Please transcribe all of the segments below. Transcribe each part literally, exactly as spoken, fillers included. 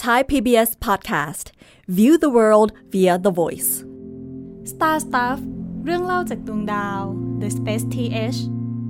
Thai พี บี เอส Podcast View the world via the voice Star Stuff เรื่องเล่าจากดวงดาว The Space ที เอช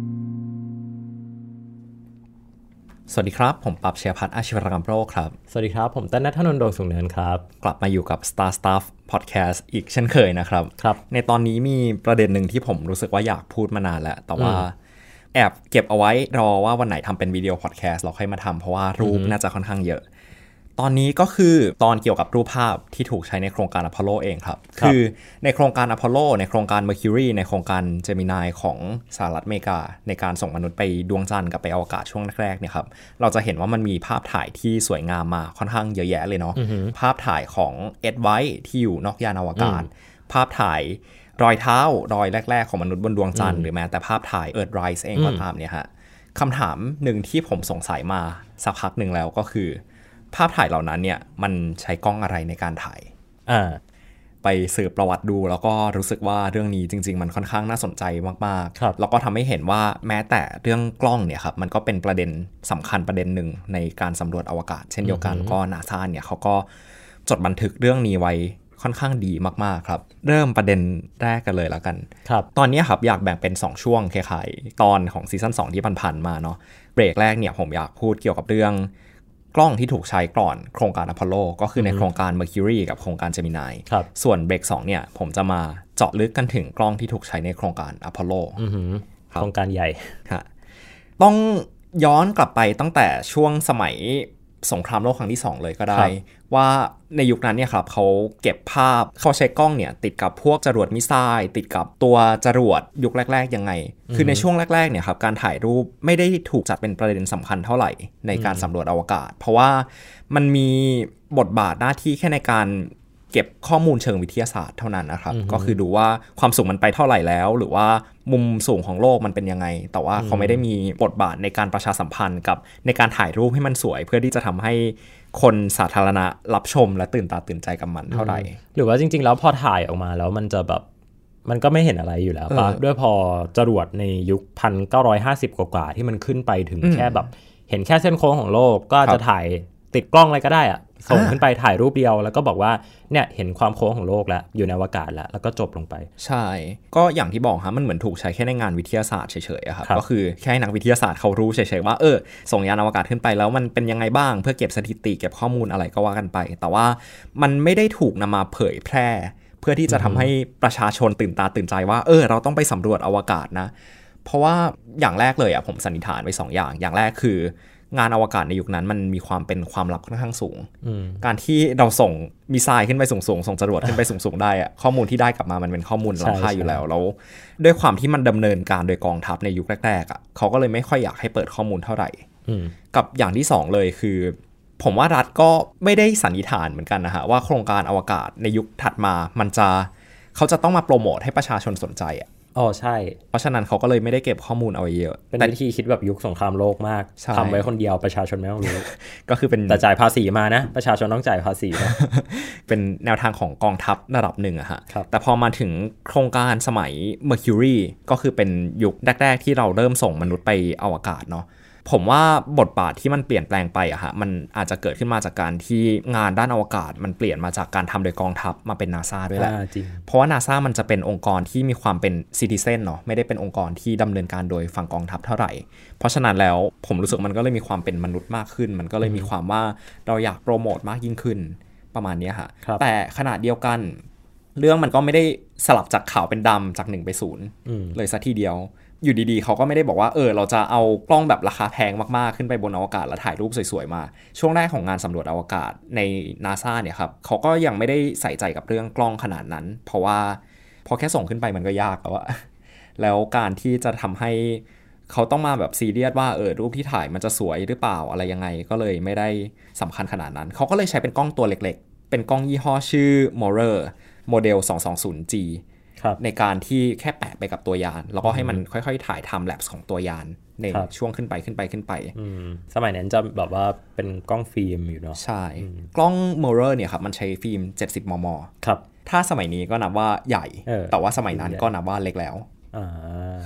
สวัสดีครับผมปั๊บเชียร์พัฒน์อาชีวรกรรมโรคครับสวัสดีครับผมต้นณัฐนนท์ดวงสูงเนินครับกลับมาอยู่กับ Star Stuff Podcast อีกเช่นเคยนะครับครับในตอนนี้มีประเด็นหนึ่งที่ผมรู้สึกว่าอยากพูดมานานแล้วแต่ว่าแอบเก็บเอาไว้รอว่าวันไหนทำเป็นวิดีโอพอดแคสต์เราค่อยมาทำเพราะว่ารูปน่าจะค่อนข้างเยอะตอนนี้ก็คือตอนเกี่ยวกับรูปภาพที่ถูกใช้ในโครงการอพอลโลเองครับคือในโครงการอพอลโลในโครงการ Mercury ในโครงการ Gemini ของสหรัฐอเมริกาในการส่งมนุษย์ไปดวงจันทร์กับไปอวกาศช่วงแรกๆเนี่ยครับเราจะเห็นว่ามันมีภาพถ่ายที่สวยงามมาค่อนข้างเยอะแยะเลยเนาะภาพถ่ายของเอ็ดไวท์ที่อยู่นอกยานอวกาศภาพถ่ายรอยเท้ารอยแรกๆของมนุษย์บนดวงจันทร์หรือแม้แต่ภาพถ่าย Earthrise เองก็ตามเนี่ยฮะคำถามหนึ่งที่ผมสงสัยมาสักพักหนึ่งแล้วก็คือภาพถ่ายเหล่านั้นเนี่ยมันใช้กล้องอะไรในการถ่ายอ่าไปสืบประวัติดูแล้วก็รู้สึกว่าเรื่องนี้จริงๆมันค่อนข้างน่าสนใจมากๆแล้วก็ทำให้เห็นว่าแม้แต่เรื่องกล้องเนี่ยครับมันก็เป็นประเด็นสำคัญประเด็นหนึ่งในการสำรวจอวกาศเช่นเดียวกันก็ NASA เนี่ยเขาก็จดบันทึกเรื่องนี้ไว้ค่อนข้างดีมากๆครับเริ่มประเด็นแรกกันเลยแล้วกันครับตอนนี้ครับอยากแบ่งเป็นสองช่วงคล้ายๆตอนของซีซั่นสองที่ผ่านๆมาเนาะเบรกแรกเนี่ยผมอยากพูดเกี่ยวกับเรื่องกล้องที่ถูกใช้ก่อนโครงการอพอลโลก็คือในโครงการ Mercury กับโครงการ Gemini ส่วนเบรกสองเนี่ยผมจะมาเจาะลึกกันถึงกล้องที่ถูกใช้ในโครงการอพอลโลโครงการใหญ่ต้องย้อนกลับไปตั้งแต่ช่วงสมัยสงครามโลกครั้งที่สองเลยก็ได้ว่าในยุคนั้นเนี่ยครับเขาเก็บภาพเขาใช้กล้องเนี่ยติดกับพวกจรวดมิสไซล์ติดกับตัวจรวดยุคแรกๆยังไงคือในช่วงแรกๆเนี่ยครับการถ่ายรูปไม่ได้ถูกจัดเป็นประเด็นสำคัญเท่าไหร่ในการสำรวจอวกาศเพราะว่ามันมีบทบาทหน้าที่แค่ในการเก็บข้อมูลเชิงวิทยาศาสตร์เท่านั้นนะครับก็คือดูว่าความสูงมันไปเท่าไหร่แล้วหรือว่ามุมสูงของโลกมันเป็นยังไงแต่ว่าเขาไม่ได้มีบทบาทในการประชาสัมพันธ์กับในการถ่ายรูปให้มันสวยเพื่อที่จะทำให้คนสาธารณะรับชมและตื่นตาตื่นใจกับมันเท่าไหร่หรือว่าจริงๆแล้วพอถ่ายออกมาแล้วมันจะแบบมันก็ไม่เห็นอะไรอยู่แล้วป่ะด้วยพอจรวดในยุค หนึ่งพันเก้าร้อยห้าสิบ กว่าๆที่มันขึ้นไปถึงแค่แบบเห็นแค่เส้นโค้งของโลกก็อาจจะถ่ายติดกล้องอะไรก็ได้อะส่งขึ้นไปถ่ายรูปเดียวแล้วก็บอกว่าเนี่ยเห็นความโค้งของโลกแล้วอยู่ในอวกาศแล้วแล้วก็จบลงไปใช่ก็อย่างที่บอกครับมันเหมือนถูกใช้แค่ในงานวิทยาศาสตร์เฉยๆครับก็คือแค่นักวิทยาศาสตร์เขารู้เฉยๆว่าเออส่งยานอวกาศขึ้นไปแล้วมันเป็นยังไงบ้างเพื่อเก็บสถิติเก็บข้อมูลอะไรก็ว่ากันไปแต่ว่ามันไม่ได้ถูกนำมาเผยแพร่เพื่อที่จะทำให้ประชาชนตื่นตาตื่นใจว่าเออเราต้องไปสำรวจอวกาศนะเพราะว่าอย่างแรกเลยอ่ะผมสันนิษฐานไว้สองอย่างอย่างแรกคืองานอวกาศในยุคนั้นมันมีความเป็นความลับค่อนข้างสูงการที่เราส่งมิสไซล์ขึ้นไปสูงๆส่งจรวดขึ้นไปสูงๆได้อะข้อมูลที่ได้กลับมามันเป็นข้อมูลล้ำค่าอยู่แล้วแล้วด้วยความที่มันดำเนินการโดยกองทัพในยุคแรกๆอ่ะเขาก็เลยไม่ค่อยอยากให้เปิดข้อมูลเท่าไหร่กับอย่างที่สองเลยคือผมว่ารัฐก็ไม่ได้สันนิษฐานเหมือนกันนะฮะว่าโครงการอวกาศในยุคถัดมามันจะเขาจะต้องมาโปรโมทให้ประชาชนสนใจอ่ะอ๋อใช่เพราะฉะนั้นเขาก็เลยไม่ได้เก็บข้อมูลเอาไว้เยอะเป็นวิธีคิดแบบยุคสงครามโลกมากทำไว้คนเดียวประชาชนไม่ต้องรู้ก็คือเป็นแต่จ่ายภาษีมานะประชาชนต้องจ่ายภาษีนะเป็นแนวทางของกองทัพระดับหนึ่งอะฮะแต่พอมาถึงโครงการสมัย Mercury ก็คือเป็นยุคแรกๆที่เราเริ่มส่งมนุษย์ไปอวกาศเนาะผมว่าบทบาทที่มันเปลี่ยนแปลงไปอะฮะมันอาจจะเกิดขึ้นมาจากการที่งานด้านอวกาศมันเปลี่ยนมาจากการทำโดยกองทัพมาเป็น NASA ด้วยแหละเพราะว่า NASA มันจะเป็นองค์กรที่มีความเป็น citizen เนาะไม่ได้เป็นองค์กรที่ดำเนินการโดยฝั่งกองทัพเท่าไหร่เพราะฉะนั้นแล้วผมรู้สึกมันก็เลยมีความเป็นมนุษย์มากขึ้นมันก็เลยมีความว่าเราอยากโปรโมทมากยิ่งขึ้นประมาณนี้ฮะแต่ขณะเดียวกันเรื่องมันก็ไม่ได้สลับจากขาวเป็นดำจากหนึ่งไปศูนย์เลยซะทีเดียวอยู่ดีๆเขาก็ไม่ได้บอกว่าเออเราจะเอากล้องแบบราคาแพงมากๆขึ้นไปบนอวกาศแล้วถ่ายรูปสวยๆมาช่วงแรกของงานสำรวจอวกาศใน NASA เนี่ยครับเขาก็ยังไม่ได้ใส่ใจกับเรื่องกล้องขนาดนั้นเพราะว่าพอแค่ส่งขึ้นไปมันก็ยากแล้วอะแล้วการที่จะทำให้เขาต้องมาแบบซีเรียสว่าเออรูปที่ถ่ายมันจะสวยหรือเปล่าอะไรยังไงก็เลยไม่ได้สำคัญขนาดนั้นเขาก็เลยใช้เป็นกล้องตัวเล็กๆเป็นกล้องยี่ห้อชื่อ Morer โมเดล สองสองศูนย์ จี ในการที่แค่แปะไปกับตัวยานแล้วก็ให้มันค่อยๆถ่ายไทม์แลปส์ของตัวยานในช่วงขึ้นไปขึ้นไปขึ้นไปสมัยนั้นจะแบบว่าเป็นกล้องฟิล์มอยู่เนาะใช่กล้อง Morer เนี่ยครับมันใช้ฟิล์มเจ็ดสิบมม.ถ้าสมัยนี้ก็นับว่าใหญ่แต่ว่าสมัยนั้นก็นับว่าเล็กแล้วครับ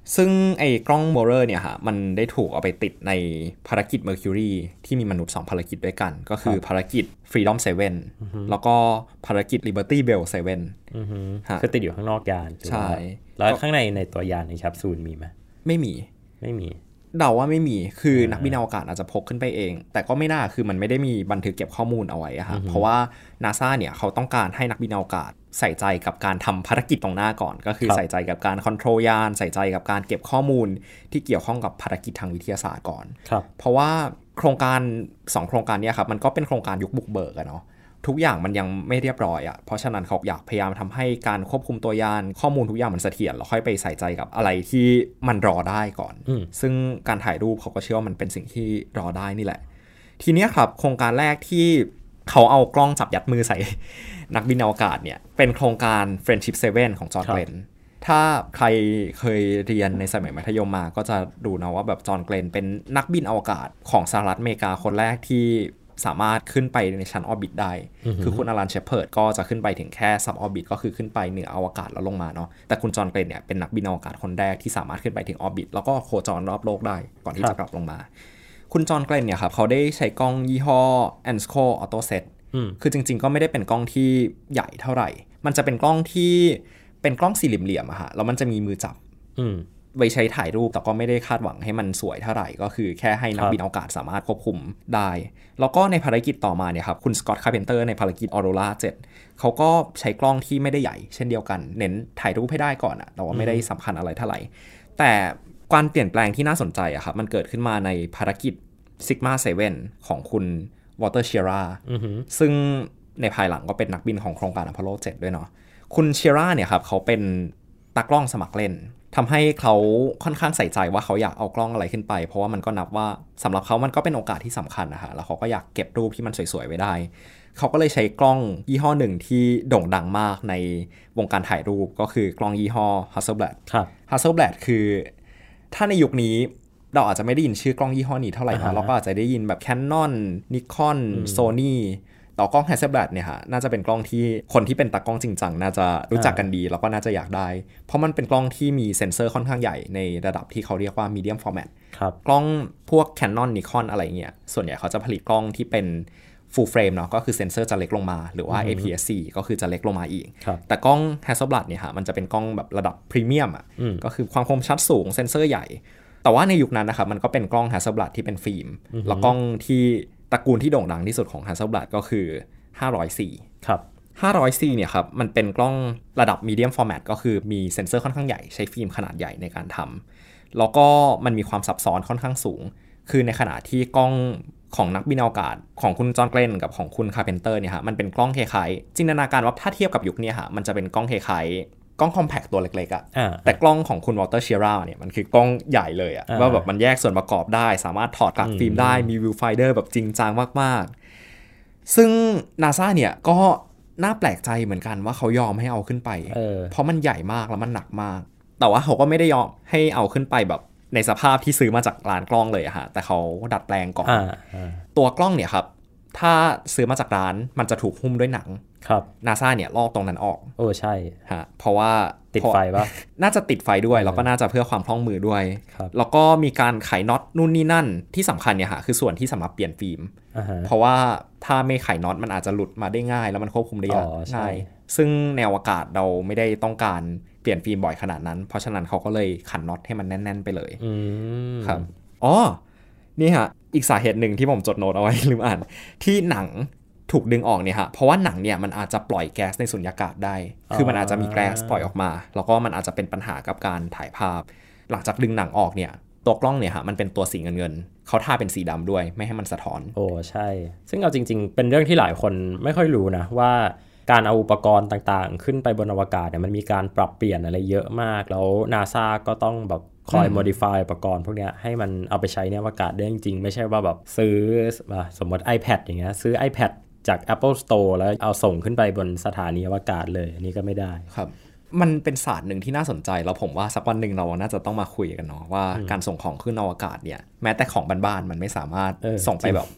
ซึ่งไอ้กล้อง Mirror เนี่ยฮะมันได้ถูกเอาไปติดในภารกิจ Mercury ที่มีมนุษย์สองภารกิจด้วยกันก็คือภารกิจ Freedom เซเว่น แล้วก็ภารกิจ Liberty Bell เซเว่นอือฮึคือติดอยู่ข้างนอกยานใช่แล้วข้างในในตัวยานในแคปซูลมีไหมไม่มีไม่มีเดาว่าไม่มีคือนักบินอวกาศอาจจะพกขึ้นไปเองแต่ก็ไม่น่าคือมันไม่ได้มีบันทึกเก็บข้อมูลเอาไว้อะฮะเพราะว่า NASA เนี่ยเขาต้องการให้นักบินอวกาศใส่ใจกับการทำภารกิจตรงหน้าก่อนก็คือใส่ใจกับการคอนโทรลยานใส่ใจกับการเก็บข้อมูลที่เกี่ยวข้องกับภารกิจทางวิทยาศาสตร์ก่อนเพราะว่าโครงการสองโครงการนี้ครับมันก็เป็นโครงการยุคบุกเบิกอะเนาะทุกอย่างมันยังไม่เรียบร้อยอ่ะเพราะฉะนั้นเขาอยากพยายามทำให้การควบคุมตัวยานข้อมูลทุกอย่างมันเสถียรแล้วค่อยไปใส่ใจกับอะไรที่มันรอได้ก่อนซึ่งการถ่ายรูปเขาก็เชื่อว่ามันเป็นสิ่งที่รอได้นี่แหละทีนี้ครับโครงการแรกที่เขาเอากล้องจับยัดมือใส่ นักบินอวกาศเนี่ยเป็นโครงการ Friendship เซเว่นของจอห์น เกลนถ้าใครเคยเรียนในสมัยมัธยมมาก็จะดูนะว่าแบบจอห์น เกลนเป็นนักบินอวกาศของสหรัฐอเมริกาคนแรกที่สามารถขึ้นไปในชั้นออร์บิทได้ mm-hmm. คือคุณอลัน เชพเพิร์ดก็จะขึ้นไปถึงแค่ซับออร์บิทก็คือขึ้นไปเหนืออวกาศแล้วลงมาเนาะแต่คุณจอห์น เกลนเนี่ยเป็นนักบินอวกาศคนแรกที่สามารถขึ้นไปถึงออร์บิทแล้วก็โคจรรอบโลกได้ก่อนที่จะกลับลงมาคุณจอห์น เกลนเนี่ยครับเขาได้ใช้กล้องยี่ห้อ Ansco Auto Set คือจริงๆก็ไม่ได้เป็นกล้องที่ใหญ่เท่าไหร่มันจะเป็นกล้องที่เป็นกล้องสี่เหลี่ยมๆอะฮะแล้วมันจะมีมือจับไว้ใช้ถ่ายรูปแต่ก็ไม่ได้คาดหวังให้มันสวยเท่าไหร่ก็คือแค่ให้นักบินอวกาศสามารถควบคุมได้แล้วก็ในภารกิจต่อมาเนี่ยครับคุณสกอตต์ คาร์เพนเตอร์ในภารกิจ Aurora เจ็ดเขาก็ใช้กล้องที่ไม่ได้ใหญ่เช่นเดียวกันเน้นถ่ายรูปให้ได้ก่อนอะแต่ว่าไม่ได้สำคัญอะไรเท่าไหร่แต่การเปลี่ยนแปลงที่น่าสนใจอะครับมันเกิดขึ้นมาในภารกิจ Sigma เซเว่นของคุณวอเตอร์เชียร่าซึ่งในภายหลังก็เป็นนักบินของโครงการอพอลโลเจ็ดด้วยเนาะคุณเชียร่าเนี่ยครับเขาเป็นตากล้องสมัครเล่นทำให้เขาค่อนข้างใส่ใจว่าเขาอยากเอากล้องอะไรขึ้นไปเพราะว่ามันก็นับว่าสำหรับเขามันก็เป็นโอกาสที่สำคัญนะฮะแล้วเขาก็อยากเก็บรูปที่มันสวยๆไว้ได้เขาก็เลยใช้กล้องยี่ห้อหนึ่งที่โด่งดังมากในวงการถ่ายรูปก็คือกล้องยี่ห้อ Hasselblad ครับ Hasselblad คือถ้าในยุคนี้เราอาจจะไม่ได้ยินชื่อกล้องยี่ห้อนี้เท่าไหร่นะเราก็อาจจะได้ยินแบบ Canon Nikon Sonyต่อกล้อง Hasselblad เนี่ยฮะน่าจะเป็นกล้องที่คนที่เป็นตากล้องจริงจังน่าจะรู้จักกันดีแล้วก็น่าจะอยากได้เพราะมันเป็นกล้องที่มีเซ็นเซอร์ค่อนข้างใหญ่ในระดับที่เขาเรียกว่า medium format กล้องพวก Canon Nikon อะไรเงี้ยส่วนใหญ่เขาจะผลิตกล้องที่เป็น full frame เนาะก็คือเซ็นเซอร์จะเล็กลงมาหรือว่า เอ พี เอส ซี ก็คือจะเล็กลงมาอีกแต่กล้อง Hasselblad เนี่ยฮะมันจะเป็นกล้องแบบระดับพรีเมียมอ่ะก็คือความคมชัดสูงเซ็นเซอร์ใหญ่แต่ว่าในยุคนั้นนะครับมันก็เป็นกล้อง Hasselblad ที่เป็นฟิล์มแล้วกล้องที่ตระกูลที่โด่งดังที่สุดของ Hasselblad ก็คือห้าร้อยซี ครับ ห้าร้อยซี เนี่ยครับมันเป็นกล้องระดับ medium format ก็คือมีเซ็นเซอร์ค่อนข้างใหญ่ใช้ฟิล์มขนาดใหญ่ในการทำแล้วก็มันมีความซับซ้อนค่อนข้างสูงคือในขณะที่กล้องของนักบินอวกาศของคุณจอห์น เกลนกับของคุณคาร์เพนเตอร์เนี่ยฮะมันเป็นกล้องคล้ายๆจินตนาการว่าถ้าเทียบกับยุคนี้ฮะมันจะเป็นกล้องคล้ายๆกล้องคอมแพคตัวเล็กๆอ่ะแต่กล้องของคุณวอเตอร์เชียร่าเนี่ยมันคือกล้องใหญ่เลยอ่ะว่าแบบมันแยกส่วนประกอบได้สามารถถอดกลับฟิล์มได้มีวิวไฟเดอร์แบบจริงจังมากๆซึ่ง NASA เนี่ยก็น่าแปลกใจเหมือนกันว่าเขายอมให้เอาขึ้นไป เ, เพราะมันใหญ่มากแล้วมันหนักมากแต่ว่าเขาก็ไม่ได้ยอมให้เอาขึ้นไปแบบในสภาพที่ซื้อมาจากร้านกล้องเลยอะฮะแต่เขาดัดแปลงก่อนตัวกล้องเนี่ยครับถ้าซื้อมาจากร้านมันจะถูกหุ้มด้วยหนังครับ NASA เนี่ยลอกตรงนั้นออกโอ้ใช่ฮะเพราะว่าติดไฟป่ะน่าจะติดไฟด้วยแล้วก็น่าจะเพื่อความคล่องมือด้วยแล้วก็มีการไขน็อตนู่นนี่นั่นที่สำคัญเนี่ยฮะคือส่วนที่สำหรับเปลี่ยนฟิล์ม uh-huh. เพราะว่าถ้าไม่ไขน็อตมันอาจจะหลุดมาได้ง่ายแล้วมันควบคุมได้ยากง่ายซึ่งในอวกาศเราไม่ได้ต้องการเปลี่ยนฟิล์มบ่อยขนาดนั้นเพราะฉะนั้นเขาก็เลยขันน็อตให้มันแน่นๆไปเลยครับอ๋อนี่ฮะอีกสาเหตุหนึ่งที่ผมจดโน้ตเอาไว้ลืมอ่านที่หนังถูกดึงออกเนี่ยฮะเพราะว่าหนังเนี่ยมันอาจจะปล่อยแก๊สในสุญญากาศได้คือมันอาจจะมีแก๊สปล่อยออกมาแล้วก็มันอาจจะเป็นปัญหากับการถ่ายภาพหลังจากดึงหนังออกเนี่ยตัวกล้องเนี่ยฮะมันเป็นตัวสีเงินเงินเขาทาเป็นสีดำด้วยไม่ให้มันสะท้อนโอ้ใช่ซึ่งเอาจริงๆเป็นเรื่องที่หลายคนไม่ค่อยรู้นะว่าการเอาอุปกรณ์ต่างๆขึ้นไปบนอวกาศเนี่ยมันมีการปรับเปลี่ยนอะไรเยอะมากแล้ว NASA ก็ต้องแบบคอย modify อุปกรณ์พวกนี้ให้มันเอาไปใช้ในอวกาศได้จริงๆไม่ใช่ว่าแบบซื้อสมมติ iPad อย่างเงี้ยซื้อ iPadจาก Apple Store แล้วเอาส่งขึ้นไปบนสถานีอวกาศเลยอันนี้ก็ไม่ได้ครับมันเป็นศาสตร์หนึ่งที่น่าสนใจแล้วผมว่าสักวันหนึ่งเราน่าจะต้องมาคุยกันเนาะว่าการส่งของขึ้นอวกาศเนี่ยแม้แต่ของบ้านๆมันไม่สามารถส่งไปแบบ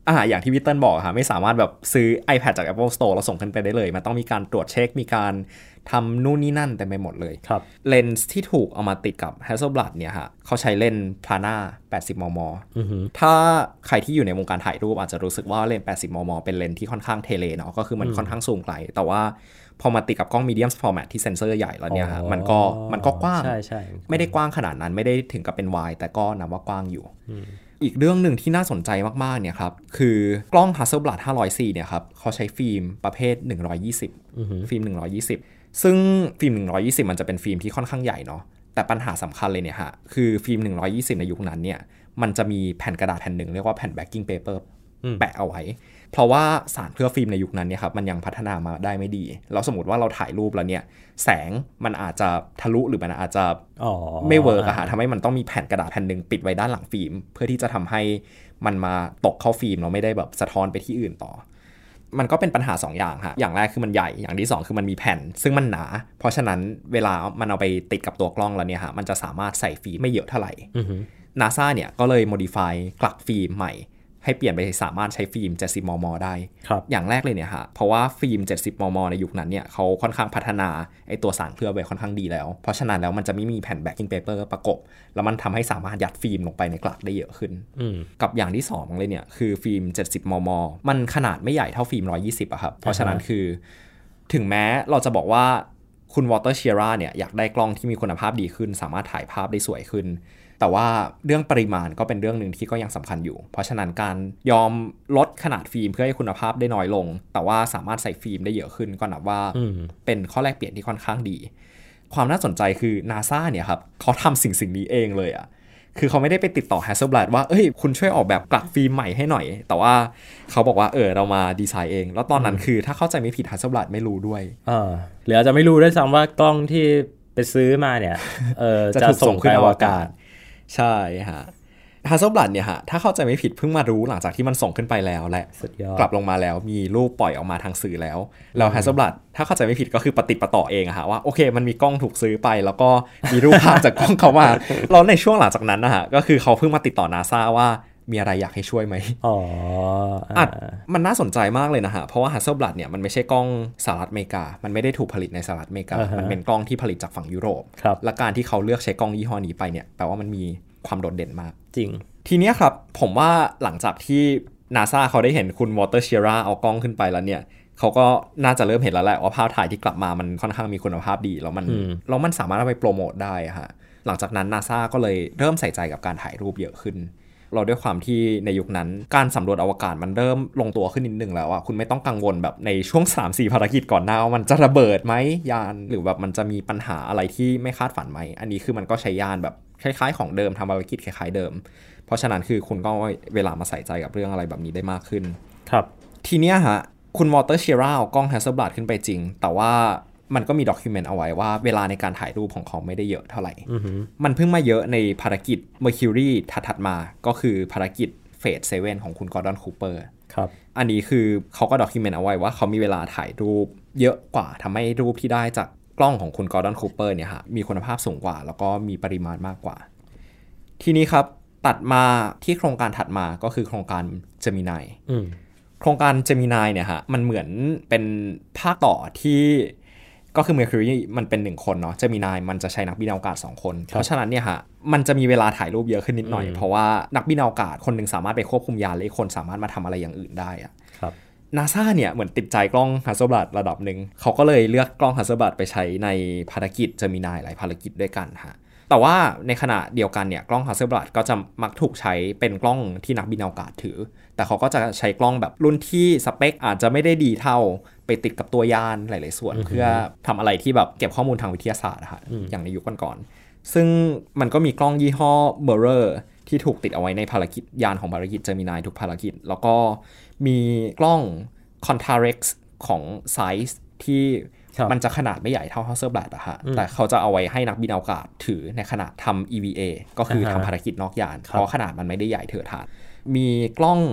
อ่าอย่างที่พี่เติ้ลบอกค่ะไม่สามารถแบบซื้อ iPad จาก Apple Store แล้วส่งขึ้นไปได้เลยมันต้องมีการตรวจเช็คมีการทำนู่นนี่นั่นเต็มไปหมดเลยครับเลนส์ที่ถูกเอามาติดกับ Hasselblad เนี่ยฮะเขาใช้เลนส์ Plana แปดสิบมิลลิเมตร ถ้าใครที่อยู่ในวงการถ่ายรูปอาจจะรู้สึกว่าเลนส์แปดสิบมิลลิเมตรเป็นเลนส์ที่ค่อนข้างเทเลเนาะก็คือมันค่อนข้างซูมไกลแต่ว่าพอมาติดกับกล้อง medium format ที่เซนเซอร์ใหญ่แล้วเนี่ยฮะมันก็มันก็กว้างใช่ๆไม่ได้กว้างขนาดนั้นไม่ได้ถึงกับเป็นวายแต่ก็นับว่ากว้างอยู่อีกเรื่องหนึ่งที่น่าสนใจมากๆเนี่ยครับคือกล้อง Hasselblad ห้าร้อยสี่เนี่ยครับเขาใช้ฟิล์มประเภทหนึ่งร้อยยี่สิบฟิล์มหนึ่งร้อยยี่สิบซึ่งฟิล์มหนึ่งร้อยยี่สิบมันจะเป็นฟิล์มที่ค่อนข้างใหญ่เนาะแต่ปัญหาสำคัญเลยเนี่ยฮะคือฟิล์มหนึ่งร้อยยี่สิบในยุคนั้นเนี่ยมันจะมีแผ่นกระดาษแผ่นหนึ่งเรียกว่าแผ่น backing paper แปะเอาไว้เพราะว่าสารเคลือบฟิล์มในยุคนั้นเนี่ยครับมันยังพัฒนามาได้ไม่ดีแล้วสมมติว่าเราถ่ายรูปแล้วเนี่ยแสงมันอาจจะทะลุหรือมันอาจจะไม่เวิร์กอะฮะทำให้มันต้องมีแผ่นกระดาษแผ่นหนึ่งปิดไว้ด้านหลังฟิล์มเพื่อที่จะทำให้มันมาตกเข้าฟิล์มเราไม่ได้แบบสะท้อนไปที่อื่นต่อมันก็เป็นปัญหาสองอย่างฮะอย่างแรกคือมันใหญ่อย่างที่สองคือมันมีแผ่นซึ่งมันหนาเพราะฉะนั้นเวลามันเอาไปติดกับตัวกล้องแล้วเนี่ยฮะมันจะสามารถใส่ฟิล์มไม่เยอะเท่าไหร่ NASA เนี่ยก็เลย modify กลักฟิล์มใหม่ให้เปลี่ยนไปสามารถใช้ฟิล์มเจ็ดสิบมิลลิเมตรได้อย่างแรกเลยเนี่ยฮะเพราะว่าฟิล์มเจ็ดสิบมิลลิเมตรในยุคนั้นเนี่ยเขาค่อนข้างพัฒนาไอตัวสารเคลือบไว้ค่อนข้างดีแล้วเพราะฉะนั้นแล้วมันจะไม่มีแผ่น backing paper ประกบแล้วมันทำให้สามารถยัดฟิล์มลงไปในกลักได้เยอะขึ้นกับอย่างที่สองเลยเนี่ยคือฟิล์มเจ็ดสิบมิลลิเมตรมันขนาดไม่ใหญ่เท่าฟิล์มหนึ่งร้อยยี่สิบอะครับเพราะฉะนั้นคือถึงแม้เราจะบอกว่าคุณ Walter Schirra เนี่ยอยากได้กล้องที่มีคุณภาพดีขึ้นสามารถถ่ายภาพได้สวยขึ้นแต่ว่าเรื่องปริมาณก็เป็นเรื่องนึงที่ก็ยังสำคัญอยู่เพราะฉะนั้นการยอมลดขนาดฟิล์มเพื่อให้คุณภาพได้น้อยลงแต่ว่าสามารถใส่ฟิล์มได้เยอะขึ้นก็นับว่าเป็นข้อแลกเปลี่ยนที่ค่อนข้างดีความน่าสนใจคือ NASA เนี่ยครับเขาทำสิ่งสิ่งนี้เองเลยอะคือเขาไม่ได้ไปติดต่อ Hasselblad ว่าเอ้ยคุณช่วยออกแบบกลักฟิล์มใหม่ให้หน่อยแต่ว่าเขาบอกว่าเออเรามาดีไซน์เองแล้วตอนนั้นคือถ้าเข้าใจไม่ผิด Hasselblad ไม่รู้ด้วยอ่าหรืออาจจะไม่รู้ด้วยซ้ำว่ากล้องที่ไปซื้อมาเนี่ยเออจะถูกส่งขึ้นอวกาศใช่ฮะ Hasselblad เนี่ยฮะถ้าเข้าใจไม่ผิดเพิ่งมารู้หลังจากที่มันส่งขึ้นไปแล้วและกลับลงมาแล้วมีรูปปล่อยออกมาทางสื่อแล้วแล้ว Hasselblad ถ้าเข้าใจไม่ผิดก็คือปฏิปต่อเองอะฮะว่าโอเคมันมีกล้องถูกซื้อไปแล้วก็มีรูปภาพจากกล้องเขามาแล้วในช่วงหลังจากนั้นนะฮะก็คือเขาเพิ่งมาติดต่อ NASA ว่ามีอะไรอยากให้ช่วยไหมอ๋ออ่ะมันน่าสนใจมากเลยนะฮะเพราะว่า Hasselblad เนี่ยมันไม่ใช่กล้องสหรัฐอเมริกามันไม่ได้ถูกผลิตในสหรัฐอเมริกา uh-huh. มันเป็นกล้องที่ผลิตจากฝั่งยุโรปและการที่เขาเลือกใช้กล้องยี่ห้อนี้ไปเนี่ยแปลว่ามันมีความโดดเด่นมากจริงทีนี้ครับผมว่าหลังจากที่ NASA เขาได้เห็นคุณ Walter Schirra เอากล้องขึ้นไปแล้วเนี่ยเขาก็น่าจะเริ่มเห็นแล้วแหละว่าภาพถ่ายที่กลับมามันค่อนข้างมีคุณภาพดีแล้วมันแล้วมันสามารถเอาไปโปรโมทได้ฮะหลังจากนั้น NASA ก็เลยเริ่มใส่ใจกับการถ่ายรูปเยอะขึ้นเราด้วยความที่ในยุคนั้นการสำรวจอวกาศมันเริ่มลงตัวขึ้นนิดนึงแล้วอ่ะคุณไม่ต้องกังวลแบบในช่วง สามสี่ ภารกิจก่อนหน้าว่ามันจะระเบิดไหมยานหรือแบบมันจะมีปัญหาอะไรที่ไม่คาดฝันไหมอันนี้คือมันก็ใช้ยานแบบคล้ายๆของเดิมทำภารกิจคล้ายๆเดิมเพราะฉะนั้นคือคุณก็เวลามาใส่ใจกับเรื่องอะไรแบบนี้ได้มากขึ้นครับทีเนี้ยฮะคุณ Walter Schirra เอากล้อง Hasselblad ขึ้นไปจริงแต่ว่ามันก็มีด็อกิวเมนต์เอาไว้ว่าเวลาในการถ่ายรูปของเขาไม่ได้เยอะเท่าไหร่ uh-huh. มันเพิ่งมาเยอะในภารกิจ Mercury ถัดๆมาก็คือภารกิจเฟสเซเว่นของคุณกอร์ดอนคูเปอร์ครับอันนี้คือเขาก็ด็อกิวเมนต์เอาไว้ว่าเขามีเวลาถ่ายรูปเยอะกว่าทำให้รูปที่ได้จากกล้องของคุณกอร์ดอนคูเปอร์เนี่ยฮะมีคุณภาพสูงกว่าแล้วก็มีปริมาณมากกว่าทีนี้ครับตัดมาที่โครงการถัดมาก็คือโครงการ Gemini โครงการ Gemini เนี่ยฮะมันเหมือนเป็นภาคต่อที่ก็คือ Mercury มันเป็นหนึ่งคนเนาะ Gemini มันจะใช้นักบินอวกาศสองคนเพราะฉะนั้นเนี่ยฮะมันจะมีเวลาถ่ายรูปเยอะขึ้นนิดหน่อยเพราะว่านักบินอวกาศคนนึงสามารถไปควบคุมยานและอีกคนสามารถมาทำอะไรอย่างอื่นได้อะครับ NASA เนี่ยเหมือนติดใจกล้อง Hasselblad ระดับนึงเขาก็เลยเลือกกล้อง Hasselblad ไปใช้ในภารกิจ Gemini หลายภารกิจด้วยกันฮะแต่ว่าในขณะเดียวกันเนี่ยกล้อง Hasselblad ก็จะมักถูกใช้เป็นกล้องที่นักบินอวกาศถือแต่เขาก็จะใช้กล้องแบบรุ่นที่สเปคอาจจะไม่ได้ดีเท่าไปติดกับตัวยานหลายๆส่วน เพื่อทำอะไรที่แบบเก็บข้อมูลทางวิทยาศาสตร์อะค่ะอย่างในยุคก่อนๆซึ่งมันก็มีกล้องยี่ห้อ Mirror ที่ถูกติดเอาไว้ในภารกิจยานของภารกิจ Gemini ทุกภารกิจแล้วก็มีกล้อง Contarex ของ Zeiss ที่มันจะขนาดไม่ใหญ่เท่า Hasselblad อะฮะแต่เขาจะเอาไว้ให้นักบินอวกาศถือในขณะทำ อี วี เอ ก็คือทำภารกิจนอกยานเพราะขนาดมันไม่ได้ใหญ่เถอะทานมีกล้อง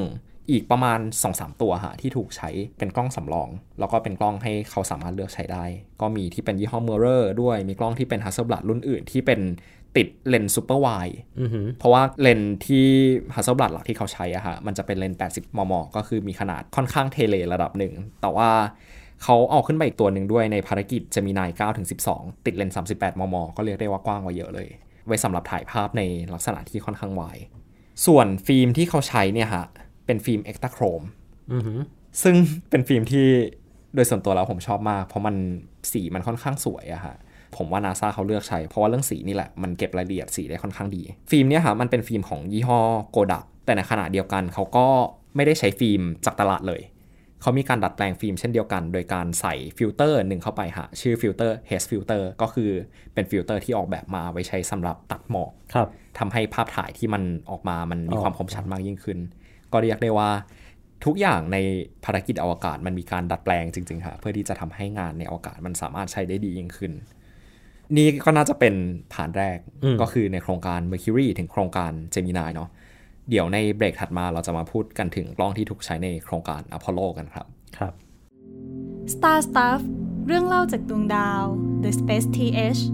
อีกประมาณ สองถึงสาม ตัวฮะที่ถูกใช้เป็นกล้องสำรองแล้วก็เป็นกล้องให้เขาสามารถเลือกใช้ได้ก็มีที่เป็นยี่ห้อ Mirror ด้วยมีกล้องที่เป็น Hasselblad รุ่นอื่นที่เป็นติดเลนส์ซูเปอร์ไวด์เพราะว่าเลนส์ที่ Hasselblad หลักที่เขาใช้อะฮะมันจะเป็นเลนส์แปดสิบมมก็คือมีขนาดค่อนข้างเทเลระดับหนึ่งแต่ว่าเขาเอาขึ้นไปอีกตัวหนึ่งด้วยในภารกิจ Gemini เก้าถึงสิบสอง ติดเลนส์สามสิบแปดมมก็เรียกได้ว่ากว้างกว่าเยอะเลยไว้สำหรับถ่ายภาพในลักษณะที่ค่อนข้างไวส่วนฟิล์มที่เขาใช้เนี่ยฮะเป็นฟิล์ม Ektachrome ซึ่งเป็นฟิล์มที่โดยส่วนตัวแล้วผมชอบมากเพราะมันสีมันค่อนข้างสวยอะฮะผมว่า NASA เขาเลือกใช้เพราะว่าเรื่องสีนี่แหละมันเก็บรายละเอียดสีได้ค่อนข้างดีฟิล์มเนี่ยฮะมันเป็นฟิล์มของยี่ห้อ Kodak แต่ในขณะเดียวกันเขาก็ไม่ได้ใช้ฟิล์มจากตลาดเลยเขามีการดัดแปลงฟิล์มเช่นเดียวกันโดยการใส่ฟิลเตอร์หนึ่งเข้าไปฮะชื่อฟิลเตอร์ Haze Filter ก็คือเป็นฟิลเตอร์ที่ออกแบบมาไว้ใช้สำหรับตัดหมอกทำให้ภาพถ่ายที่มันออกมามันมีความคมชัดมากยิ่งขึ้นก็เรียกได้ว่าทุกอย่างในภารกิจอวกาศมันมีการดัดแปลงจริงๆค่ะเพื่อที่จะทำให้งานในอวกาศมันสามารถใช้ได้ดียิ่งขึ้นนี่ก็น่าจะเป็นผ่านแรกก็คือในโครงการ Mercury ถึงโครงการ Gemini เนาะเดี๋ยวในเบรกถัดมาเราจะมาพูดกันถึงกล้องที่ถูกใช้ในโครงการ Apollo กันครับครับ Star Stuff เรื่องเล่าจากดวงดาว The Space ที เอช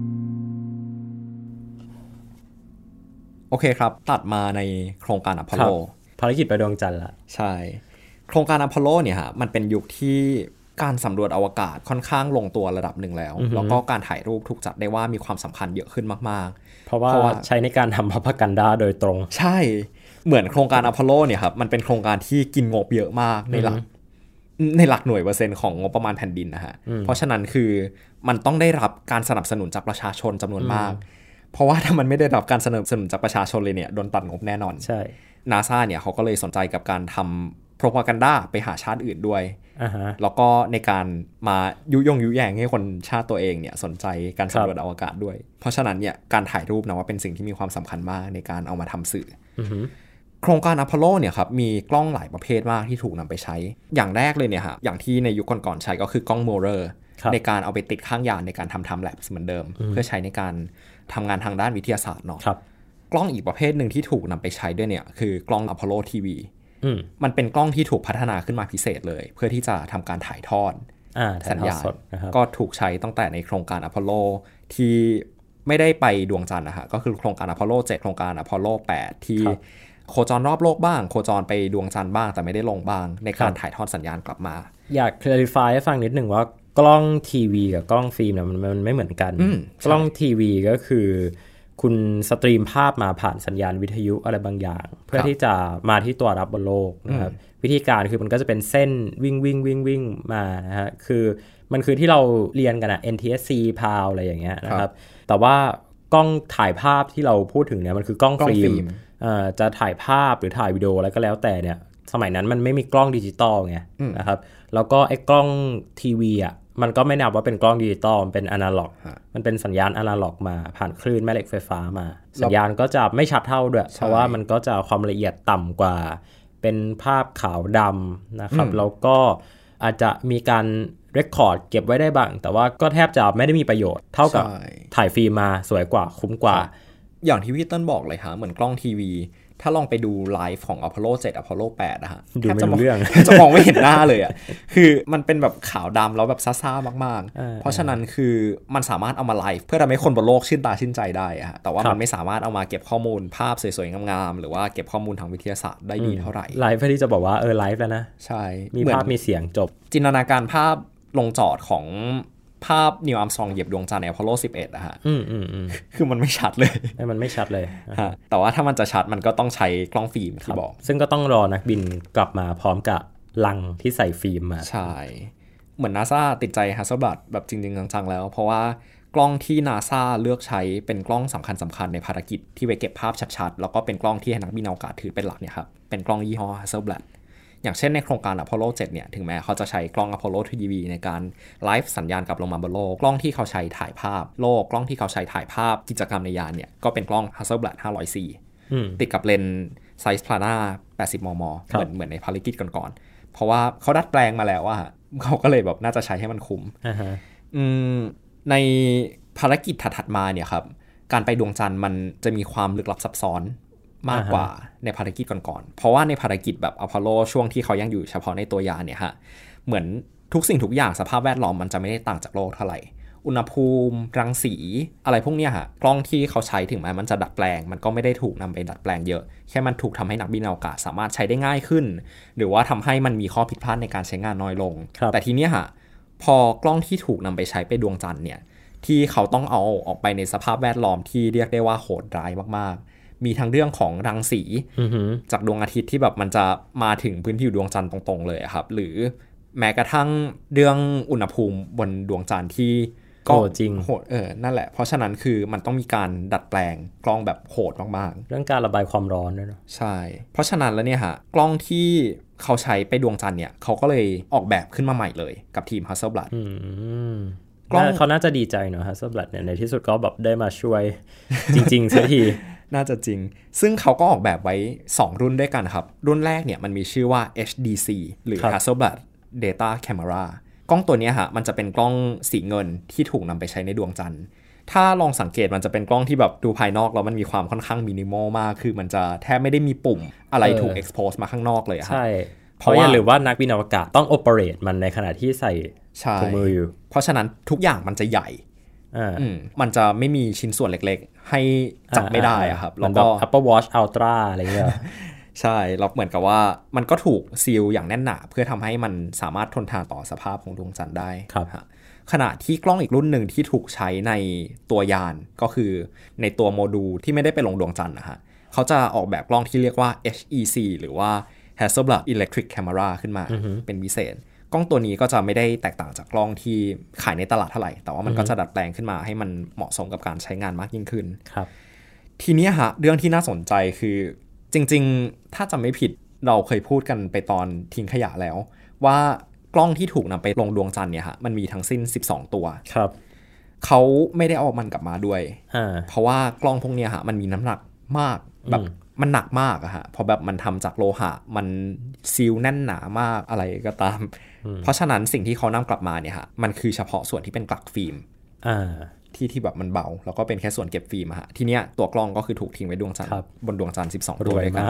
โอเคครับตัดมาในโครงการ Apollo ภารกิจไปดวงจันทร์ละใช่โครงการ Apollo เนี่ยฮะมันเป็นยุคที่การสำรวจอวกาศค่อนข้างลงตัวระดับหนึ่งแล้วแล้วก็การถ่ายรูปถูกจัดได้ว่ามีความสำคัญเยอะขึ้นมากๆเพราะว่าใช้ในการทำ propaganda โดยตรงใช่เหมือนโครงการ Apollo เนี่ยครับมันเป็นโครงการที่กินงบเยอะมากในหลักในหลักหน่วยเปอร์เซ็นต์ของงบประมาณแผ่นดินนะฮะเพราะฉะนั้นคือมันต้องได้รับการสนับสนุนจากประชาชนจำนวนมากเพราะว่าถ้ามันไม่ได้รับการสนับสนุนจากประชาชนเลยเนี่ยโดนตัดงบแน่นอนใช่ NASA เนี่ยเขาก็เลยสนใจกับการทำ propaganda ไปหาชาติอื่นด้วย uh-huh. แล้วก็ในการมายุยงยุแยงให้คนชาติตัวเองเนี่ยสนใจการสำรวจอวกาศด้วยเพราะฉะนั้นเนี่ยการถ่ายรูปนะว่าเป็นสิ่งที่มีความสำคัญมากในการเอามาทำสื่อ uh-huh. โครงการ Apollo เนี่ยครับมีกล้องหลายประเภทมากที่ถูกนำไปใช้อย่างแรกเลยเนี่ยฮะอย่างที่ในยุคก่อนๆใช้ก็คือกล้อง Mirror ในการเอาไปติดข้างยานในการทำ time lapse เหมือนเดิม uh-huh. เพื่อใช้ในการทำงานทางด้านวิทยาศาสตร์เนาะกล้องอีกประเภทหนึ่งที่ถูกนำไปใช้ด้วยเนี่ยคือกล้อง Apollo ที วี มันเป็นกล้องที่ถูกพัฒนาขึ้นมาพิเศษเลยเพื่อที่จะทำการถ่ายทอดสัญญาณก็ถูกใช้ตั้งแต่ในโครงการ Apollo ที่ไม่ได้ไปดวงจันทร์นะฮะก็คือโครงการ Apollo เจ็ดโครงการ Apollo แปดที่โคจรรอบโลกบ้างโคจรไปดวงจันทร์บ้างแต่ไม่ได้ลงบ้างในการถ่ายทอดสัญญาณกลับมาอยาก clarify ให้ฟังนิดหนึ่งว่ากล้องทีวีกับกล้องฟิล์มเนี่ยมันมันไม่เหมือนกันกล้องทีวีก็คือคุณสตรีมภาพมาผ่านสัญญาณวิทยุอะไรบางอย่างเพื่อที่จะมาที่ตัวรับบนโลกนะครับวิธีการคือมันก็จะเป็นเส้นวิ่งวิ่งวิ่งวิ่งมานะฮะคือมันคือที่เราเรียนกันอะ เอ็น ที เอส ซี พาว อะไรอย่างเงี้ยนะครับแต่ว่ากล้องถ่ายภาพที่เราพูดถึงเนี่ยมันคือกล้องฟิล์มจะถ่ายภาพหรือถ่ายวิดีโออะไรก็แล้วแต่เนี่ยสมัยนั้นมันไม่มีกล้องดิจิตอลไงนะครับแล้วก็ไอ้กล้องทีวีอะมันก็ไม่นับว่าเป็นกล้องดิจิตอลมันเป็นอนาล็อกมันเป็นสัญญาณอนาล็อกมาผ่านคลื่นแม่เหล็กไฟฟ้ามาสัญญาณก็จะไม่ชัดเท่าด้วยเพราะว่ามันก็จะความละเอียดต่ำกว่าเป็นภาพขาวดำนะครับแล้วก็อาจจะมีการเรคคอร์ดเก็บไว้ได้บ้างแต่ว่าก็แทบจะไม่ได้มีประโยชน์เท่ากับถ่ายฟิล์มมาสวยกว่าคุ้มกว่าอย่างที่พี่ต้นบอกเลยฮะเหมือนกล้องทีวีถ้าลองไปดูไลฟ์ของ Apollo เจ็ด Apollo แปดนะฮะดูไม่รู้เรื่องจะมองไม่เห็นหน้าเลยอ่ะคือมันเป็นแบบขาวดำแล้วแบบซ่าๆมากๆเพราะฉะนั้นคือมันสามารถเอามาไลฟ์เพื่อทำให้คนบนโลกชื่นตาชื่นใจได้อะฮะแต่ว่ามันไม่สามารถเอามาเก็บข้อมูลภาพสวยๆงามๆหรือว่าเก็บข้อมูลทางวิทยาศาสตร์ได้ดีเท่าไหร่ไลฟ์เพื่อที่จะบอกว่าเออไลฟ์แล้วนะใช่มีภาพมีเสียงจบจินตนาการภาพลงจอดของภาพนิวอัมสตรองเหยียบดวงจันทร์ใน Apollo สิบเอ็ดอะฮะอืมอืมอืมคือมันไม่ชัดเลยมันไม่ชัดเลยฮะแต่ว่าถ้ามันจะชัดมันก็ต้องใช้กล้องฟิล์มที่บอกซึ่งก็ต้องรอนักบินกลับมาพร้อมกับลังที่ใส่ฟิล์มมาใช่เหมือน NASA ติดใจ Hasselblad แบบจริงๆจังๆแล้วเพราะว่ากล้องที่ NASA เลือกใช้เป็นกล้องสำคัญสำคัญในภารกิจที่ไว้เก็บภาพชัดๆแล้วก็เป็นกล้องที่ให้นักบินอวกาศถือเป็นหลักเนี่ยครับเป็นกล้องยี่ห้อ Hasselbladอย่างเช่นในโครงการ Apollo เจ็ดเนี่ยถึงแม้เขาจะใช้กล้อง Apollo ที วี ในการไลฟ์สัญญาณกลับลงมาบนโลกกล้องที่เขาใช้ถ่ายภาพโลกกล้องที่เขาใช้ถ่ายภาพกิจกรรมในยานเนี่ยก็เป็นกล้อง Hasselblad ห้าร้อยสี่ติดกับเลนส์ไซส์พลาน่าแปดสิบมมเหมือนเหมือนในภารกิจก่อนๆเพราะว่าเขาดัดแปลงมาแล้วอะเขาก็เลยแบบน่าจะใช้ให้มันคุ้ม uh-huh. ในภารกิจถัดๆมาเนี่ยครับการไปดวงจันทร์มันจะมีความลึกลับซับซ้อนมากกว่าในภารกิจก่อนๆเพราะว่าในภารกิจแบบอพอลโลช่วงที่เขายังอยู่เฉพาะในตัวยานเนี่ยฮะเหมือนทุกสิ่งทุกอย่างสภาพแวดล้อมมันจะไม่ได้ต่างจากโลกเท่าไหร่อุณหภูมิรังสีอะไรพวกเนี้ยฮะกล้องที่เขาใช้ถึงแม้มันจะดัดแปลงมันก็ไม่ได้ถูกนำไปดัดแปลงเยอะแค่มันถูกทำให้นักบินอวกาศสามารถใช้ได้ง่ายขึ้นหรือว่าทำให้มันมีข้อผิดพลาดในการใช้งานน้อยลงแต่ทีเนี้ยฮะพอกล้องที่ถูกนำไปใช้ไปดวงจันทร์เนี่ยที่เขาต้องเอาออกไปในสภาพแวดล้อมที่เรียกได้ว่าโหดร้ายมากๆมีทั้งเรื่องของรังสี mm-hmm. จากดวงอาทิตย์ที่แบบมันจะมาถึงพื้นที่ดวงจันทร์ตรงๆเลยครับหรือแม้กระทั่งเรื่องอุณหภูมิบนดวงจันทร์ที่ก็จริงโหดเออนั่นแหละเพราะฉะนั้นคือมันต้องมีการดัดแปลงกล้องแบบโหดมากๆเรื่องการระบายความร้อนด้วยเนาะใช่เพราะฉะนั้นแล้วเนี่ยฮะกล้องที่เขาใช้ไปดวงจันทร์เนี่ยเขาก็เลยออกแบบขึ้นมาใหม่เลยกับทีม Hasselblad อืมกล้องเขาน่าจะดีใจเนาะ Hasselblad เนี่ยในที่สุดก็แบบได้มาช่วย จริงๆสักทีน่าจะจริงซึ่งเขาก็ออกแบบไว้สองรุ่นด้วยกันครับรุ่นแรกเนี่ยมันมีชื่อว่า เอช ดี ซี หรือ Hasselblad Data Cameraกล้องตัวนี้ฮะมันจะเป็นกล้องสีเงินที่ถูกนำไปใช้ในดวงจันทร์ถ้าลองสังเกตมันจะเป็นกล้องที่แบบดูภายนอกแล้วมันมีความค่อนข้างมินิมอลมากคือมันจะแทบไม่ได้มีปุ่มอะไรถูก expose มาข้างนอกเลยครับใช่เพราะอย่าลืมว่านักบินอวกาศต้อง operate มันในขณะที่ใส่ถุงมืออยู่เพราะฉะนั้นทุกอย่างมันจะใหญ่มันจะไม่มีชิ้นส่วนเล็กๆให้จับไม่ได้ครับแล้วก็ Apple Watch Ultra อะไรเงี้ยใช่เราเหมือนกับว่ามันก็ถูกซีลอย่างแน่นหนาเพื่อทำให้มันสามารถทนทานต่อสภาพของดวงจันทร์ได้ครับขณะที่กล้องอีกรุ่นหนึ่งที่ถูกใช้ในตัวยานก็คือในตัวโมดูลที่ไม่ได้ไปลงดวงจันทร์นะฮะเขาจะออกแบบกล้องที่เรียกว่า เอช อี ซี หรือว่า Hasselblad Electric Camera ขึ้นมา uh-huh. เป็นพิเศษกล้องตัวนี้ก็จะไม่ได้แตกต่างจากกล้องที่ขายในตลาดเท่าไหร่แต่ว่ามันก็จะดัดแปลงขึ้นมาให้มันเหมาะสมกับการใช้งานมากยิ่งขึ้นครับทีนี้ฮะเรื่องที่น่าสนใจคือจริงๆถ้าจำไม่ผิดเราเคยพูดกันไปตอนทิ้งขยะแล้วว่ากล้องที่ถูกนำไปลงดวงจันทร์เนี่ยฮะมันมีทั้งสิ้นสิบสองตัวครับเขาไม่ได้เอามันกลับมาด้วยเพราะว่ากล้องพวกเนี้ยฮะมันมีน้ำหนักมากแบบมันหนักมากอะฮะเพราะแบบมันทำจากโลหะมันซีลแน่นหนามากอะไรก็ตามเพราะฉะนั้นสิ่งที่เขานำกลับมาเนี่ยฮะมันคือเฉพาะส่วนที่เป็นกลักฟิล์มที่ที่แบบมันเบาแล้วก็เป็นแค่ส่วนเก็บฟิล์มอะฮะทีเนี้ยตัวกล้องก็คือถูกทิ้งไว้ดวงจันทร์บนดวงจันทร์สิบสองตัวด้วยกัน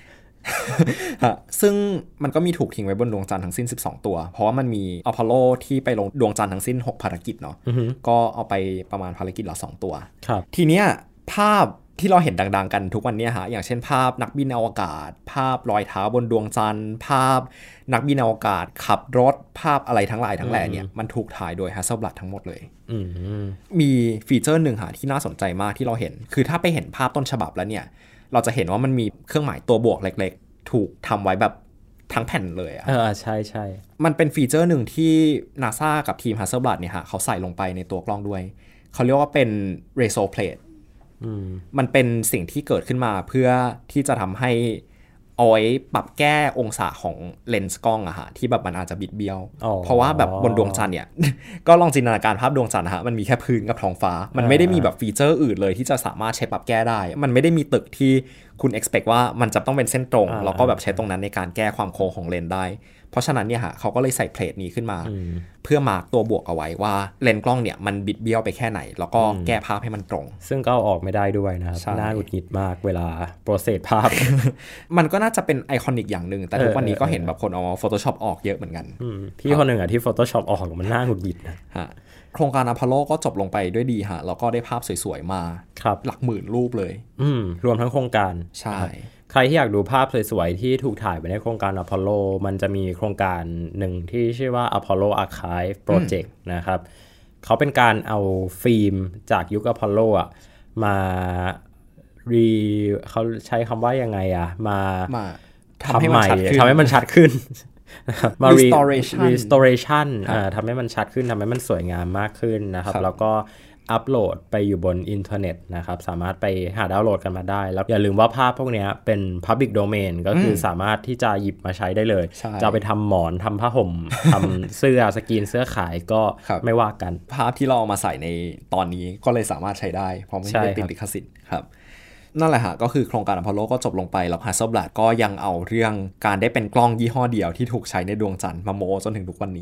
ซึ่งมันก็มีถูกทิ้งไว้บนดวงจันทร์ทั้งสิ้นสิบสองตัวเพราะว่ามันมีอพอลโลที่ไปลงดวงจันทร์ทั้งสิ้นหกภารกิจเนาะก็เอาไปประมาณภารกิจละสองตัวทีเนี้ยภาพที่เราเห็นดังๆกันทุกวันนี้ฮะอย่างเช่นภาพนักบินอวกาศภาพรอยเท้าบนดวงจันทร์ภาพนักบินอวกาศขับรถภาพอะไรทั้งหลายทั้งแหล่เนี่ยมันถูกถ่ายโดย Hasselblad ทั้งหมดเลยมีฟีเจอร์หนึ่งฮะที่น่าสนใจมากที่เราเห็นคือถ้าไปเห็นภาพต้นฉบับแล้วเนี่ยเราจะเห็นว่ามันมีเครื่องหมายตัวบวกเล็กๆถูกทำไว้แบบทั้งแผ่นเลยอ่ะเออใช่ใช่มันเป็นฟีเจอร์หนึ่งที่ NASA กับทีม Hasselblad เนี่ยฮะเขาใส่ลงไปในตัวกล้องด้วยเขาเรียกว่าเป็น Razor Plate มันเป็นสิ่งที่เกิดขึ้นมาเพื่อที่จะทำให้เอาไว้ปรับแก้องศาของเลนส์กล้องอะฮะที่แบบมันอาจจะบิดเบี้ยวเพราะว่าแบบบนดวงจันทร์เนี่ย ก็ลองจินตนาการภาพดวงจันทร์ฮะมันมีแค่พื้นกับท้องฟ้ามันไม่ได้มีแบบฟีเจอร์อื่นเลยที่จะสามารถใช้ปรับแก้ได้มันไม่ได้มีตึกที่คุณ expect ว่ามันจะต้องเป็นเส้นตรงแล้วก็แบบใช้ตรงนั้นในการแก้ความโค้งของเลนส์ได้เพราะฉะนั้นเนี่ยฮะเขาก็เลยใส่เพลทนี้ขึ้นมาเพื่อมาร์กตัวบวกเอาไว้ว่าเลนส์กล้องเนี่ยมันบิดเบี้ยวไปแค่ไหนแล้วก็แก้ภาพให้มันตรงซึ่งก็ออกไม่ได้ด้วยนะครับน่าหงุดหงิดมากเวลาโปรเซสภาพมันก็น่าจะเป็นไอคอนิกอย่างนึงแต่ทุกวันนี้ก็เห็นแบบคนเอา Photoshop ออกเยอะเหมือนกันพี่คนหนึ่งอ่ะที่ Photoshop ออกมันน่าหงุดหงิดนะฮะโครงการอพอลโลก็จบลงไปด้วยดีฮะแล้วก็ได้ภาพสวยๆมาหลักหมื่นรูปเลยอืมรวมทั้งโครงการใช่ใครที่อยากดูภาพสวยๆที่ถูกถ่ายไปในโครงการอพอลโลมันจะมีโครงการหนึ่งที่ชื่อว่า Apollo Archive Project นะครับเขาเป็นการเอาฟิล์มจากยุคอพอลโลอ่ะมารีเขาใช้คำว่ายังไงอ่ะมาทำให้มันชัดขึ้นทำให้มันชัดขึ้นมา restoration restoration อ่าทำให้มันชัดขึ้นทำให้มันสวยงามมากขึ้นนะครับแล้วก็อัปโหลดไปอยู่บนอินเทอร์เน็ตนะครับสามารถไปหาดาวน์โหลดกันมาได้แล้วอย่าลืมว่าภาพพวกนี้เป็น Public Domain ก็คือสามารถที่จะหยิบมาใช้ได้เลยจะไปทำหมอนทำผ้าห่ม ทำเสื้อสกรีนเสื้อขายก็ไม่ว่ากันภาพที่เราเอามาใส่ในตอนนี้ก็เลยสามารถใช้ได้เพราะไม่ได้ติดลิขสิทธิ์ครับนั่นแหละฮะก็คือโครงการอพอลโลก็จบลงไปแล้ว Hasselblad ก็ยังเอาเรื่องการได้เป็นกล้องยี่ห้อเดียวที่ถูกใช้ในดวงจันทร์มาโม้จนถึงทุกวันนี้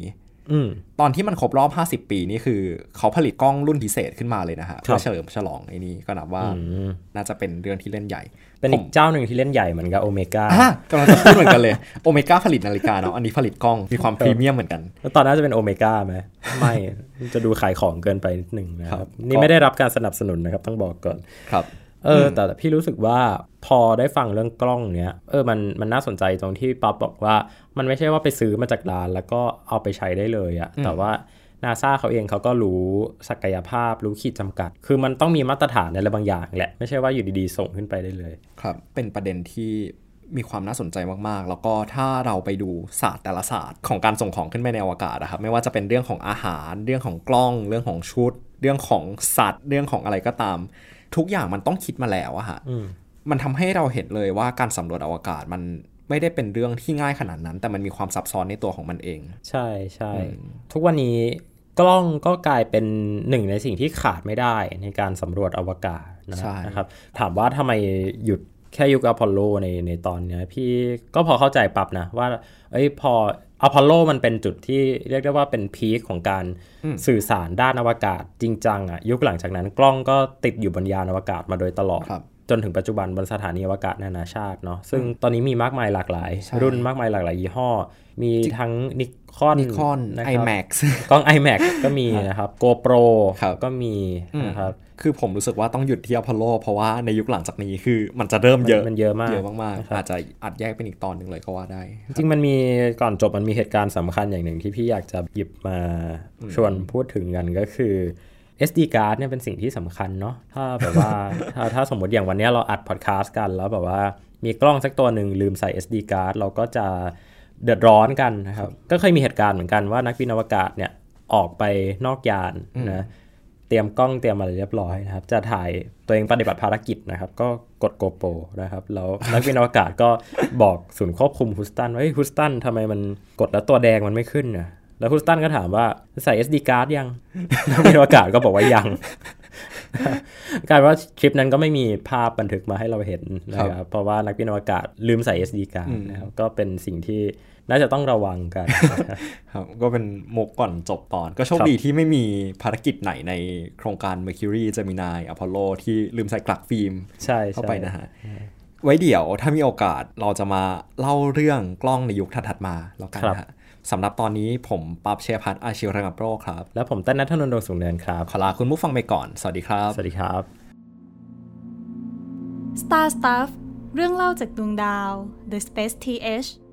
ตอนที่มันครบรอบห้าสิบปีนี่คือเขาผลิตกล้องรุ่นพิเศษขึ้นมาเลยนะฮะเพื่อเฉลิมฉลองไอ้นี่ก็นับว่าน่าจะเป็นเรื่องที่เล่นใหญ่เป็นอีกเจ้าหนึ่งที่เล่นใหญ่เหมือนกับโอเมก้ากำลังจะพูดเหมือนกันเลยโอเมก้าผลิตนาฬิกาเนาะอันนี้ผลิตกล้องมีความพรีเมียมเหมือนกันแล้วตอนนั้นจะเป็นโอเมก้าไหมไม่จะดูขายของเกินไปนิดหนึ่งนะครับนี่ไม่ได้รับการสนับสนุนนะครับต้องบอกก่อนครับเออแต่พี่รู้สึกว่าพอได้ฟังเรื่องกล้องเนี้ยเออมันมันน่าสนใจตรงที่ป๊อปบอกว่ามันไม่ใช่ว่าไปซื้อมาจากร้านแล้วก็เอาไปใช้ได้เลยอะแต่ว่า NASA เขาเองเขาก็รู้ศักยภาพรู้ขีดจำกัดคือมันต้องมีมาตรฐานอะไรบางอย่างแหละไม่ใช่ว่าอยู่ดีๆส่งขึ้นไปได้เลยครับเป็นประเด็นที่มีความน่าสนใจมากๆแล้วก็ถ้าเราไปดูศาสตร์แต่ละศาสตร์ของการส่งของขึ้นไปในอวกาศนะครับไม่ว่าจะเป็นเรื่องของอาหารเรื่องของกล้องเรื่องของชุดเรื่องของสัตว์เรื่องของอะไรก็ตามทุกอย่างมันต้องคิดมาแล้วอะฮะมันทำให้เราเห็นเลยว่าการสำรวจอวกาศมันไม่ได้เป็นเรื่องที่ง่ายขนาดนั้นแต่มันมีความซับซ้อนในตัวของมันเองใช่ใช่ทุกวันนี้กล้องก็กลายเป็นหนึ่งในสิ่งที่ขาดไม่ได้ในการสำรวจอวกาศนะครับถามว่าทำไมหยุดแค่ยุคอพอลโลในในตอนนี้พี่ก็พอเข้าใจปรับนะว่าเอ้ยพออพอลโลมันเป็นจุดที่เรียกได้ว่าเป็นพีคของการสื่อสารด้านอวกาศจริงจังอ่ะยุคหลังจากนั้นกล้องก็ติดอยู่บนยานอวกาศมาโดยตลอดจนถึงปัจจุบันบนสถานีอวกาศนานาชาติเนาะซึ่งตอนนี้มีมากมายหลากหลายรุ่นมากมายหลากหลายยี่ห้อมีทั้งนิคอน Nikon นะครับไอแม็กซ์กล้อง ไอแม็กซ์ ก็มีนะครับ GoPro ก็มีนะครับคือผมรู้สึกว่าต้องหยุดที่อพอลโลเพราะว่าในยุคหลังจากนี้คือมันจะเริ่มเยอะมันเยอะมากเยอะมากๆอาจจะอัดแยกเป็นอีกตอนนึงเลยก็ว่าได้จริงมันมีก่อนจบมันมีเหตุการณ์สำคัญอย่างหนึ่งที่พี่อยากจะหยิบมาชวนพูดถึงกันก็คือ เอส ดี card เนี่ยเป็นสิ่งที่สำคัญเนาะถ้าแบบว่า ถ้าถ้าสมมติอย่างวันนี้เราอัดพอดคาสต์กันแล้วแบบว่ามีกล้องสักตัวหนึ่งลืมใส่ เอส ดี card เราก็จะเดือดร้อนกันนะครับก็เคยมีเหตุการณ์เหมือนกันว่านักบินอวกาศเนี่ยออกไปนอกยานนะเตรียมกล้องเตรียมอะไรเรียบร้อยนะครับจะถ่ายตัวเองปฏิบัติภารกิจนะครับก็กด GoPro นะครับแล้วนักบินอวกาศก็บอกศูนย์ควบคุมฮูสตันว่าเฮ้ยฮูสตันทำไมมันกดแล้วตัวแดงมันไม่ขึ้นเนี่ยแล้วฮูสตันก็ถามว่าใส่ เอส ดี card ยังนักบินอวกาศก็บอกว่ายังกลายว่าคลิปนั้นก็ไม่มีภาพบันทึกมาให้เราเห็นนะครับเพราะว่านักบินอวกาศลืมใส่ เอส ดี card นะครับก็เป็นสิ่งที่น่าจะต้องระวังกันครับก็เป็นมุกก่อนจบตอนก็โชคดีที่ไม่มีภารกิจไหนในโครงการ Mercury Gemini Apollo ที่ลืมใส่กลักฟิล์มเข้าไปนะฮะไว้เดี๋ยวถ้ามีโอกาสเราจะมาเล่าเรื่องกล้องในยุคถัดมาแล้วกันนะฮะสำหรับตอนนี้ผมปั๊บเชียร์พัฒน์อาชีวรังกโปรครับแล้วผมต้นณัฐนนท์ ดวงสูงเนินครับขอลาคุณผู้ฟังไปก่อนสวัสดีครับสวัสดีครับ Star Stuff เรื่องเล่าจากดวงดาว The Space ที เอช